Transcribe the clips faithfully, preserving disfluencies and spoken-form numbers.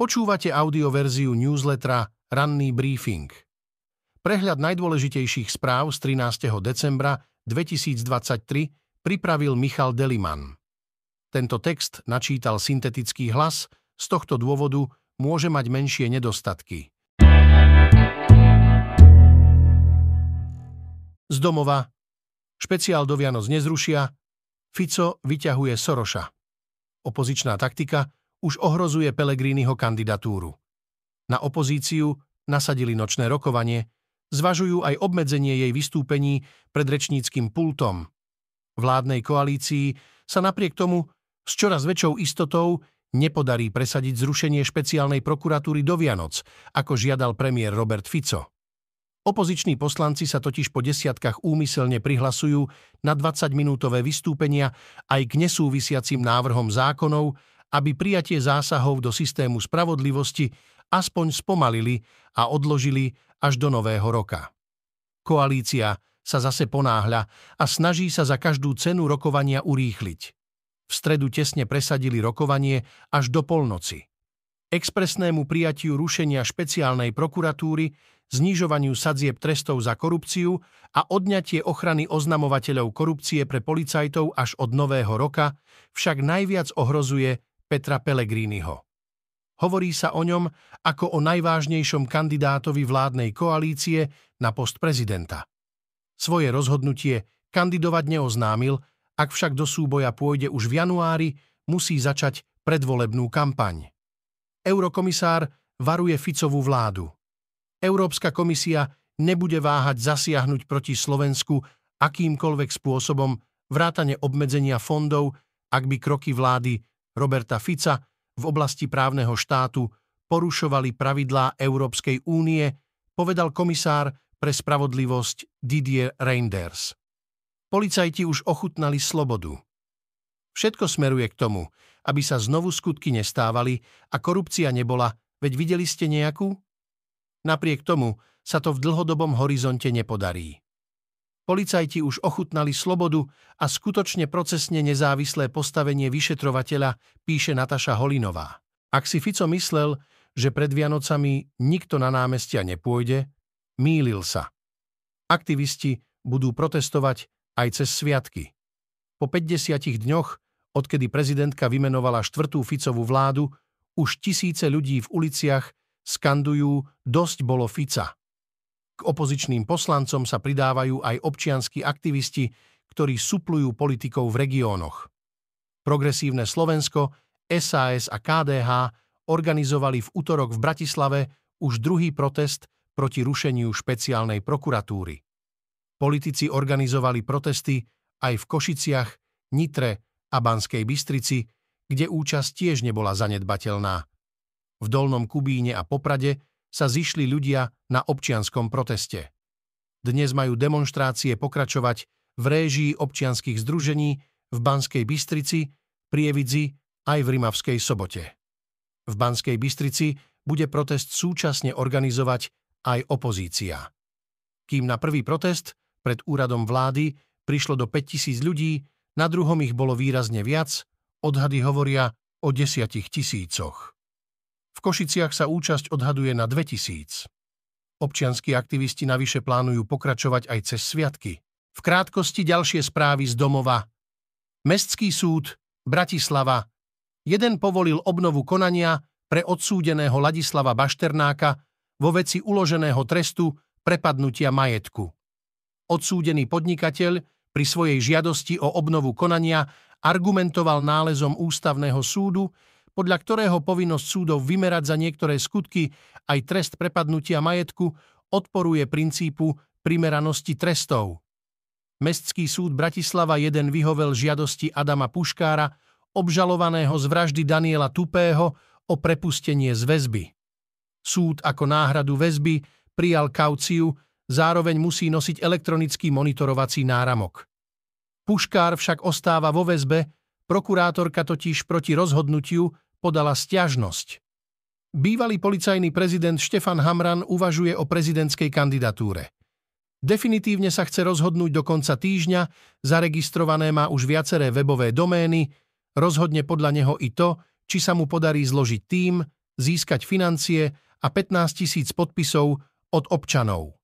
Počúvate audioverziu newslettera Ranný briefing. Prehľad najdôležitejších správ z trinásteho decembra dvetisícdvadsaťtri pripravil Michal Deliman. Tento text načítal syntetický hlas, z tohto dôvodu môže mať menšie nedostatky. Z domova. Špeciál do Vianoc nezrušia. Fico vyťahuje Soroša. Opozičná taktika už ohrozuje Pellegriniho kandidatúru. Na opozíciu nasadili nočné rokovanie, zvažujú aj obmedzenie jej vystúpení pred rečníckym pultom. Vládnej koalícii sa napriek tomu s čoraz väčšou istotou nepodarí presadiť zrušenie špeciálnej prokuratúry do Vianoc, ako žiadal premiér Robert Fico. Opoziční poslanci sa totiž po desiatkách úmyselne prihlasujú na dvadsaťminútové vystúpenia aj k nesúvisiacim návrhom zákonov, aby prijatie zásahov do systému spravodlivosti aspoň spomalili a odložili až do nového roka. Koalícia sa zase ponáhľa a snaží sa za každú cenu rokovania urýchliť. V stredu tesne presadili rokovanie až do polnoci. Expresnému prijatiu rušenia špeciálnej prokuratúry, znižovaniu sadzieb trestov za korupciu a odňatie ochrany oznamovateľov korupcie pre policajtov až od nového roka však najviac ohrozuje Petra Pellegriniho. Hovorí sa o ňom ako o najvážnejšom kandidátovi vládnej koalície na post prezidenta. Svoje rozhodnutie kandidovať neoznámil, ak však do súboja pôjde už v januári, musí začať predvolebnú kampaň. Eurokomisár varuje Ficovú vládu. Európska komisia nebude váhať zasiahnuť proti Slovensku akýmkoľvek spôsobom vrátane obmedzenia fondov, ak by kroky vlády Roberta Fica v oblasti právneho štátu porušovali pravidlá Európskej únie, povedal komisár pre spravodlivosť Didier Reynders. Policajti už ochutnali slobodu. Všetko smeruje k tomu, aby sa znovu skutky nestávali a korupcia nebola, veď videli ste nejakú? Napriek tomu sa to v dlhodobom horizonte nepodarí. Policajti už ochutnali slobodu a skutočne procesne nezávislé postavenie vyšetrovateľa, píše Nataša Holinová. Ak si Fico myslel, že pred Vianocami nikto na námestia nepôjde, mýlil sa. Aktivisti budú protestovať aj cez sviatky. Po päťdesiatich dňoch, odkedy prezidentka vymenovala štvrtú Ficovú vládu, už tisíce ľudí v uliciach skandujú "Dosť bolo Fica". K opozičným poslancom sa pridávajú aj občianski aktivisti, ktorí suplujú politikov v regiónoch. Progresívne Slovensko, es a es a ká dé há organizovali v utorok v Bratislave už druhý protest proti rušeniu špeciálnej prokuratúry. Politici organizovali protesty aj v Košiciach, Nitre a Banskej Bystrici, kde účasť tiež nebola zanedbateľná. V Dolnom Kubíne a Poprade sa zišli ľudia na občianskom proteste. Dnes majú demonštrácie pokračovať v réžii občianskych združení v Banskej Bystrici, Prievidzi aj v Rimavskej Sobote. V Banskej Bystrici bude protest súčasne organizovať aj opozícia. Kým na prvý protest pred úradom vlády prišlo do päťtisíc ľudí, na druhom ich bolo výrazne viac, odhady hovoria o desiatich tisícoch. V Košiciach sa účasť odhaduje na dvetisíc. Občianski aktivisti navyše plánujú pokračovať aj cez sviatky. V krátkosti ďalšie správy z domova. Mestský súd, Bratislava. Jeden povolil obnovu konania pre odsúdeného Ladislava Bašternáka vo veci uloženého trestu prepadnutia majetku. Odsúdený podnikateľ pri svojej žiadosti o obnovu konania argumentoval nálezom Ústavného súdu, podľa ktorého povinnosť súdov vymerať za niektoré skutky aj trest prepadnutia majetku odporuje princípu primeranosti trestov. Mestský súd Bratislava jeden vyhovel žiadosti Adama Puškára, obžalovaného z vraždy Daniela Tupého, o prepustenie z väzby. Súd ako náhradu väzby prijal kauciu, zároveň musí nosiť elektronický monitorovací náramok. Puškár však ostáva vo väzbe, prokurátorka totiž proti rozhodnutiu podala sťažnosť. Bývalý policajný prezident Štefan Hamran uvažuje o prezidentskej kandidatúre. Definitívne sa chce rozhodnúť do konca týždňa, zaregistrované má už viaceré webové domény, rozhodne podľa neho i to, či sa mu podarí zložiť tím, získať financie a pätnásť tisíc podpisov od občanov.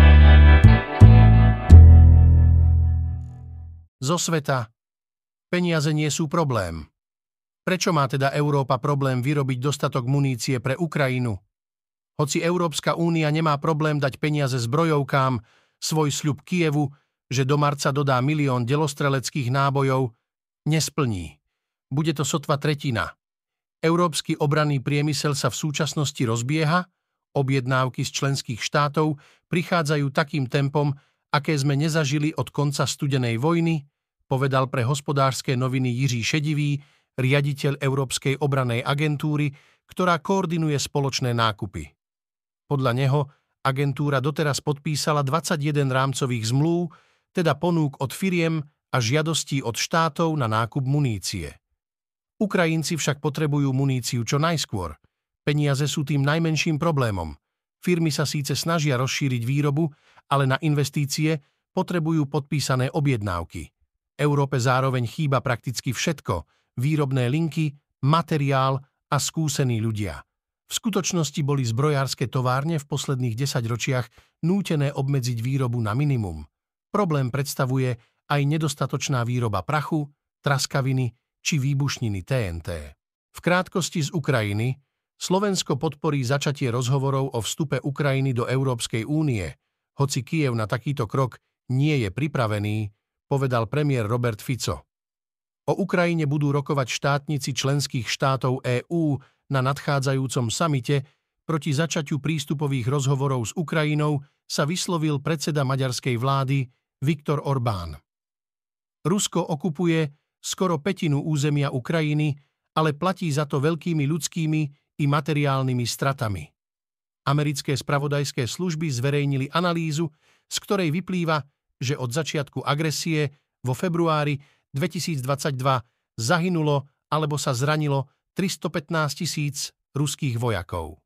Zo sveta. Peniaze nie sú problém. Prečo má teda Európa problém vyrobiť dostatok munície pre Ukrajinu? Hoci Európska únia nemá problém dať peniaze zbrojovkám, svoj sľub Kyjevu, že do marca dodá milión delostreleckých nábojov, nesplní. Bude to sotva tretina. Európsky obranný priemysel sa v súčasnosti rozbieha, objednávky z členských štátov prichádzajú takým tempom, aké sme nezažili od konca studenej vojny, povedal pre Hospodárske noviny Jiří Šedivý, riaditeľ Európskej obrannej agentúry, ktorá koordinuje spoločné nákupy. Podľa neho agentúra doteraz podpísala dvadsaťjeden rámcových zmlúv, teda ponúk od firiem a žiadostí od štátov na nákup munície. Ukrajinci však potrebujú muníciu čo najskôr. Peniaze sú tým najmenším problémom. Firmy sa síce snažia rozšíriť výrobu, ale na investície potrebujú podpísané objednávky. Európe zároveň chýba prakticky všetko, výrobné linky, materiál a skúsení ľudia. V skutočnosti boli zbrojárske továrne v posledných desaťročiach nútené obmedziť výrobu na minimum. Problém predstavuje aj nedostatočná výroba prachu, traskaviny či výbušniny té en té. V krátkosti z Ukrajiny Slovensko podporí začatie rozhovorov o vstupe Ukrajiny do Európskej únie, hoci Kyjev na takýto krok nie je pripravený, povedal premiér Robert Fico. O Ukrajine budú rokovať štátnici členských štátov EÚ na nadchádzajúcom samite. Proti začatiu prístupových rozhovorov s Ukrajinou sa vyslovil predseda maďarskej vlády Viktor Orbán. Rusko okupuje skoro pätinu územia Ukrajiny, ale platí za to veľkými ľudskými i materiálnymi stratami. Americké spravodajské služby zverejnili analýzu, z ktorej vyplýva, že od začiatku agresie vo februári dvetisícdvadsaťdva zahynulo alebo sa zranilo tristopätnásť tisíc ruských vojakov.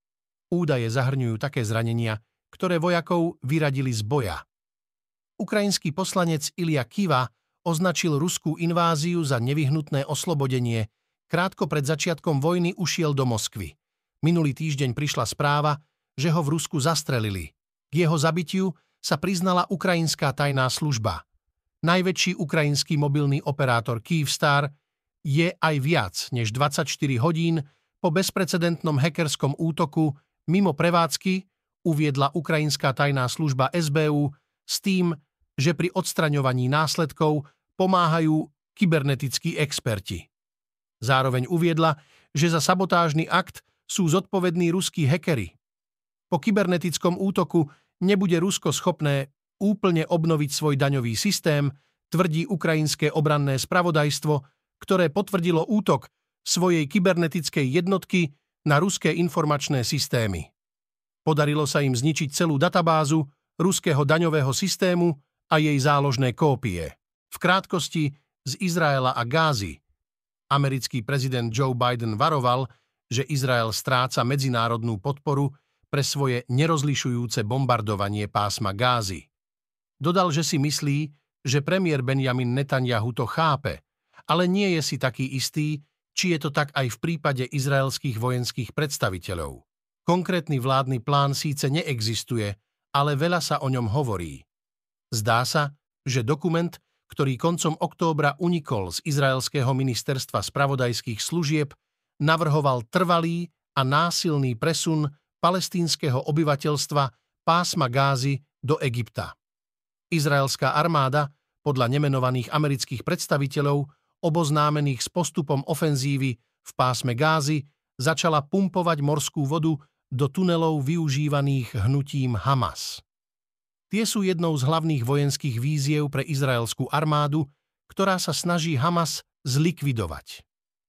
Údaje zahrňujú také zranenia, ktoré vojakov vyradili z boja. Ukrajinský poslanec Ilja Kiva označil ruskú inváziu za nevyhnutné oslobodenie. Krátko pred začiatkom vojny ušiel do Moskvy. Minulý týždeň prišla správa, že ho v Rusku zastrelili. K jeho zabitiu sa priznala ukrajinská tajná služba. Najväčší ukrajinský mobilný operátor Kyivstar je aj viac než dvadsaťštyri hodín po bezprecedentnom hackerskom útoku mimo prevádzky, uviedla ukrajinská tajná služba es bé ú s tým, že pri odstraňovaní následkov pomáhajú kybernetickí experti. Zároveň uviedla, že za sabotážny akt sú zodpovední ruskí hackeri. Po kybernetickom útoku nebude Rusko schopné úplne obnoviť svoj daňový systém, tvrdí ukrajinské obranné spravodajstvo, ktoré potvrdilo útok svojej kybernetickej jednotky na ruské informačné systémy. Podarilo sa im zničiť celú databázu ruského daňového systému a jej záložné kópie. V krátkosti z Izraela a Gázy. Americký prezident Joe Biden varoval, že Izrael stráca medzinárodnú podporu pre svoje nerozlišujúce bombardovanie pásma Gázy. Dodal, že si myslí, že premiér Benjamin Netanjahu to chápe, ale nie je si taký istý, či je to tak aj v prípade izraelských vojenských predstaviteľov. Konkrétny vládny plán síce neexistuje, ale veľa sa o ňom hovorí. Zdá sa, že dokument, ktorý koncom októbra unikol z izraelského ministerstva spravodajských služieb, navrhoval trvalý a násilný presun palestínskeho obyvateľstva pásma Gázy do Egypta. Izraelská armáda, podľa nemenovaných amerických predstaviteľov, oboznámených s postupom ofenzívy v pásme Gázy, začala pumpovať morskú vodu do tunelov využívaných hnutím Hamas. Tie sú jednou z hlavných vojenských víziev pre izraelskú armádu, ktorá sa snaží Hamas zlikvidovať.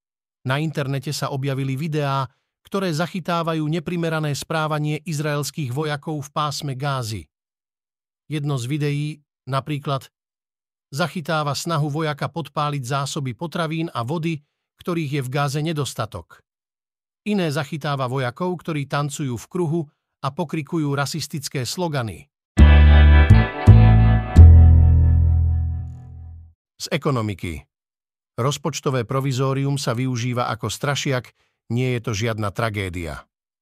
Na internete sa objavili videá, ktoré zachytávajú neprimerané správanie izraelských vojakov v pásme Gázy. Jedno z videí, napríklad, zachytáva snahu vojaka podpáliť zásoby potravín a vody, ktorých je v Gáze nedostatok. Iné zachytáva vojakov, ktorí tancujú v kruhu a pokrikujú rasistické slogany. Z ekonomiky. Rozpočtové provizórium sa využíva ako strašiak Nie je to žiadna tragédia.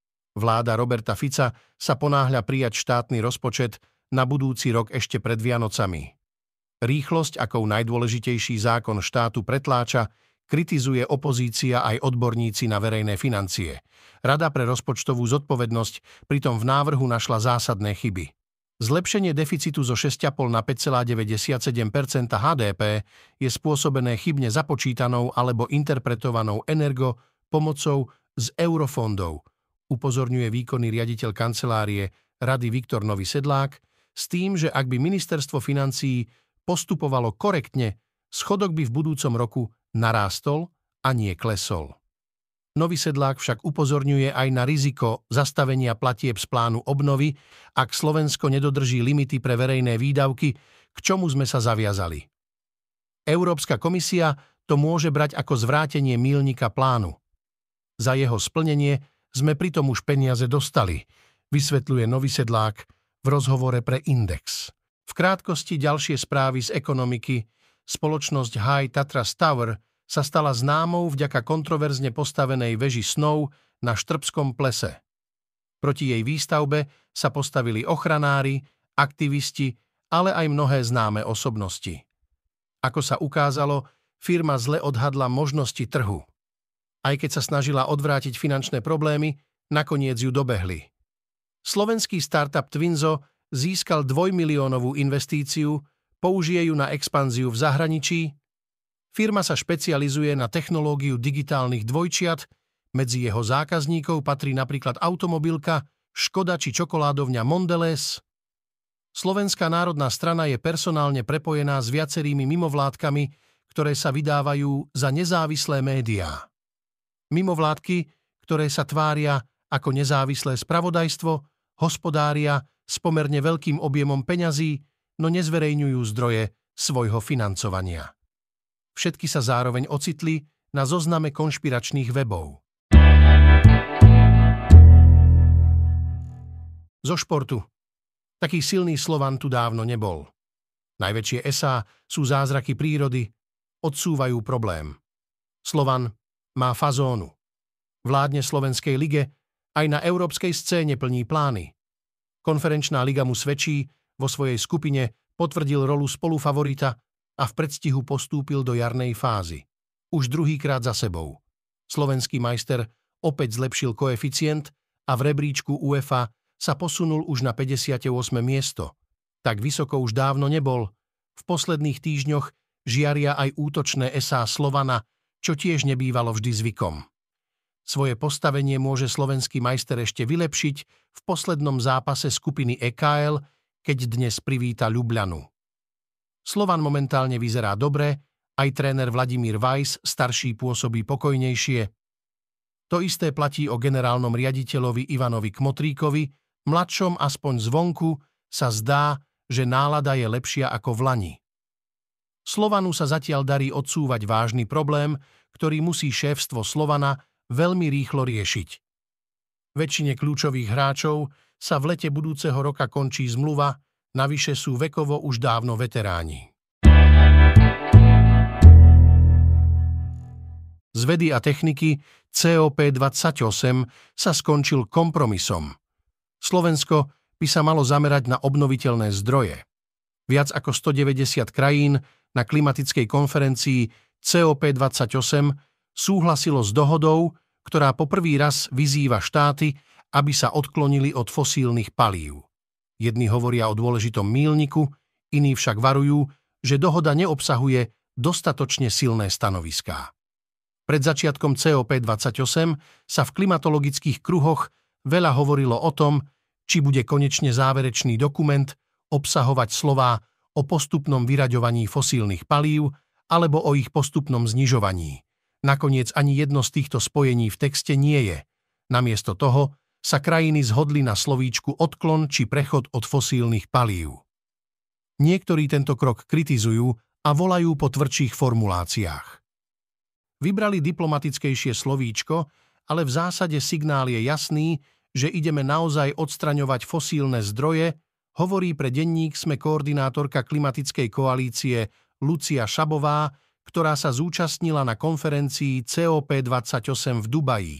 Vláda Roberta Fica sa ponáhľa prijať štátny rozpočet na budúci rok ešte pred Vianocami. Rýchlosť, akou najdôležitejší zákon štátu pretláča, kritizuje opozícia aj odborníci na verejné financie. Rada pre rozpočtovú zodpovednosť pritom v návrhu našla zásadné chyby. Zlepšenie deficitu zo šesť celá päť na päť celá deväťdesiatsedem percenta há dé pé je spôsobené chybne započítanou alebo interpretovanou energo pomocou z eurofondov, upozorňuje výkonný riaditeľ kancelárie Rady Viktor Nový Sedlák, s tým, že ak by ministerstvo financií postupovalo korektne, schodok by v budúcom roku narástol a nie klesol. Nový Sedlák však upozorňuje aj na riziko zastavenia platieb z plánu obnovy, ak Slovensko nedodrží limity pre verejné výdavky, k čomu sme sa zaviazali. Európska komisia to môže brať ako zvrátenie míľnika plánu. Za jeho splnenie sme pritom už peniaze dostali, vysvetľuje Nový Sedlák v rozhovore pre Index. V krátkosti ďalšie správy z ekonomiky. Spoločnosť High Tatras Tower sa stala známou vďaka kontroverzne postavenej veži snov na Štrbskom plese. Proti jej výstavbe sa postavili ochranári, aktivisti, ale aj mnohé známe osobnosti. Ako sa ukázalo, firma zle odhadla možnosti trhu. Aj keď sa snažila odvrátiť finančné problémy, nakoniec ju dobehli. Slovenský startup Twinzo získal dvojmiliónovú investíciu, použije ju na expanziu v zahraničí. Firma sa špecializuje na technológiu digitálnych dvojčiat, medzi jeho zákazníkov patrí napríklad automobilka, Škoda či čokoládovňa Mondelez. Slovenská národná strana je personálne prepojená s viacerými mimovládkami, ktoré sa vydávajú za nezávislé médiá. Mimovládky, ktoré sa tvária ako nezávislé spravodajstvo, hospodária s pomerne veľkým objemom peňazí, no nezverejňujú zdroje svojho financovania. Všetky sa zároveň ocitli na zozname konšpiračných webov. Zo športu. Taký silný Slovan tu dávno nebol. Najväčšie esá sú zázraky prírody, odsúvajú problém. Slovan má fazónu. Vládne Slovenskej lige, aj na európskej scéne plní plány. Konferenčná liga mu svedčí, vo svojej skupine potvrdil rolu spolufavorita a v predstihu postúpil do jarnej fázy. Už druhýkrát za sebou. Slovenský majster opäť zlepšil koeficient a v rebríčku UEFA sa posunul už na päťdesiate ôsme miesto. Tak vysoko už dávno nebol. V posledných týždňoch žiaria aj útočné esá Slovana, čo tiež nebývalo vždy zvykom. Svoje postavenie môže slovenský majster ešte vylepšiť v poslednom zápase skupiny é ká el, keď dnes privíta Ljubljanu. Slovan momentálne vyzerá dobre, aj tréner Vladimír Weiss, starší, pôsobí pokojnejšie. To isté platí o generálnom riaditeľovi Ivanovi Kmotríkovi, mladšom aspoň zvonku sa zdá, že nálada je lepšia ako v lani. Slovanu sa zatiaľ darí odsúvať vážny problém, ktorý musí šéfstvo Slovana veľmi rýchlo riešiť. Väčšine kľúčových hráčov sa v lete budúceho roka končí zmluva, navyše sú vekovo už dávno veteráni. Z vedy a techniky cé ó pé dvadsaťosem sa skončil kompromisom. Slovensko by sa malo zamerať na obnoviteľné zdroje. Viac ako stodeväťdesiat krajín na klimatickej konferencii cé ó pé dvadsaťosem súhlasilo s dohodou, ktorá poprvý raz vyzýva štáty, aby sa odklonili od fosílnych palív. Jedni hovoria o dôležitom míľniku, iní však varujú, že dohoda neobsahuje dostatočne silné stanoviská. Pred začiatkom cé ó pé dvadsaťosem sa v klimatologických kruhoch veľa hovorilo o tom, či bude konečne záverečný dokument obsahovať slová o postupnom vyraďovaní fosílnych palív alebo o ich postupnom znižovaní. Nakoniec ani jedno z týchto spojení v texte nie je. Namiesto toho sa krajiny zhodli na slovíčku odklon či prechod od fosílnych palív. Niektorí tento krok kritizujú a volajú po tvrdších formuláciách. Vybrali diplomatickejšie slovíčko, ale v zásade signál je jasný, že ideme naozaj odstraňovať fosílne zdroje, hovorí pre denník SME koordinátorka klimatickej koalície Lucia Šabová, ktorá sa zúčastnila na konferencii cé ó pé dvadsaťosem v Dubaji.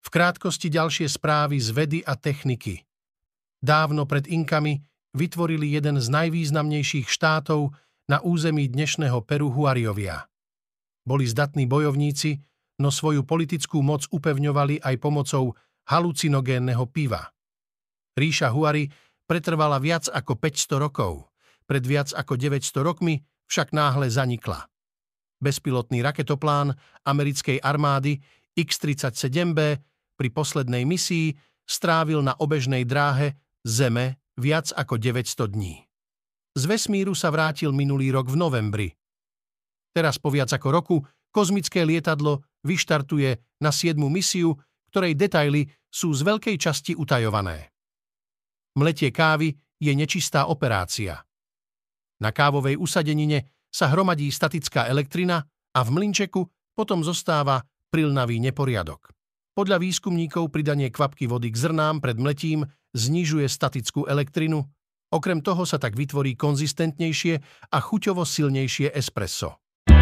V krátkosti ďalšie správy z vedy a techniky. Dávno pred Inkami vytvorili jeden z najvýznamnejších štátov na území dnešného Peru Huariovia. Boli zdatní bojovníci, no svoju politickú moc upevňovali aj pomocou halucinogénneho piva. Ríša Huari pretrvala viac ako päťsto rokov, pred viac ako deväťsto rokmi však náhle zanikla. Bezpilotný raketoplán americkej armády iks tridsaťsedem bé pri poslednej misii strávil na obežnej dráhe Zeme viac ako deväťsto dní. Z vesmíru sa vrátil minulý rok v novembri. Teraz po viac ako roku kozmické lietadlo vyštartuje na siedmu misiu, ktorej detaily sú z veľkej časti utajované. Mletie kávy je nečistá operácia. Na kávovej usadenine sa hromadí statická elektrina a v mlynčeku potom zostáva prilnavý neporiadok. Podľa výskumníkov pridanie kvapky vody k zrnám pred mletím znižuje statickú elektrinu, okrem toho sa tak vytvorí konzistentnejšie a chuťovo silnejšie espresso.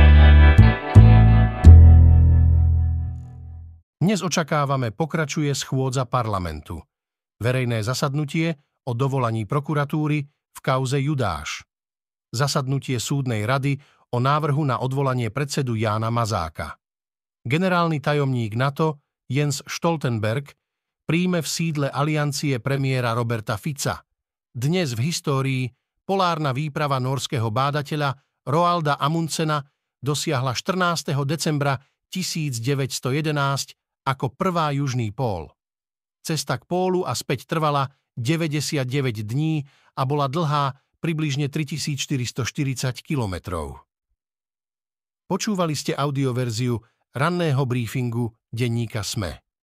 Dnes očakávame pokračuje schôdza parlamentu. Verejné zasadnutie o dovolaní prokuratúry v kauze Judáš. Zasadnutie súdnej rady o návrhu na odvolanie predsedu Jána Mazáka. Generálny tajomník NATO Jens Stoltenberg príjme v sídle aliancie premiéra Roberta Fica. Dnes v histórii polárna výprava nórskeho bádateľa Roalda Amundsena dosiahla štrnásteho decembra tisícdeväťstojedenásť ako prvá južný pól. Cesta k pólu a späť trvala deväťdesiatdeväť dní a bola dlhá približne tritisícštyristoštyridsať kilometrov. Počúvali ste audioverziu ranného briefingu denníka SME.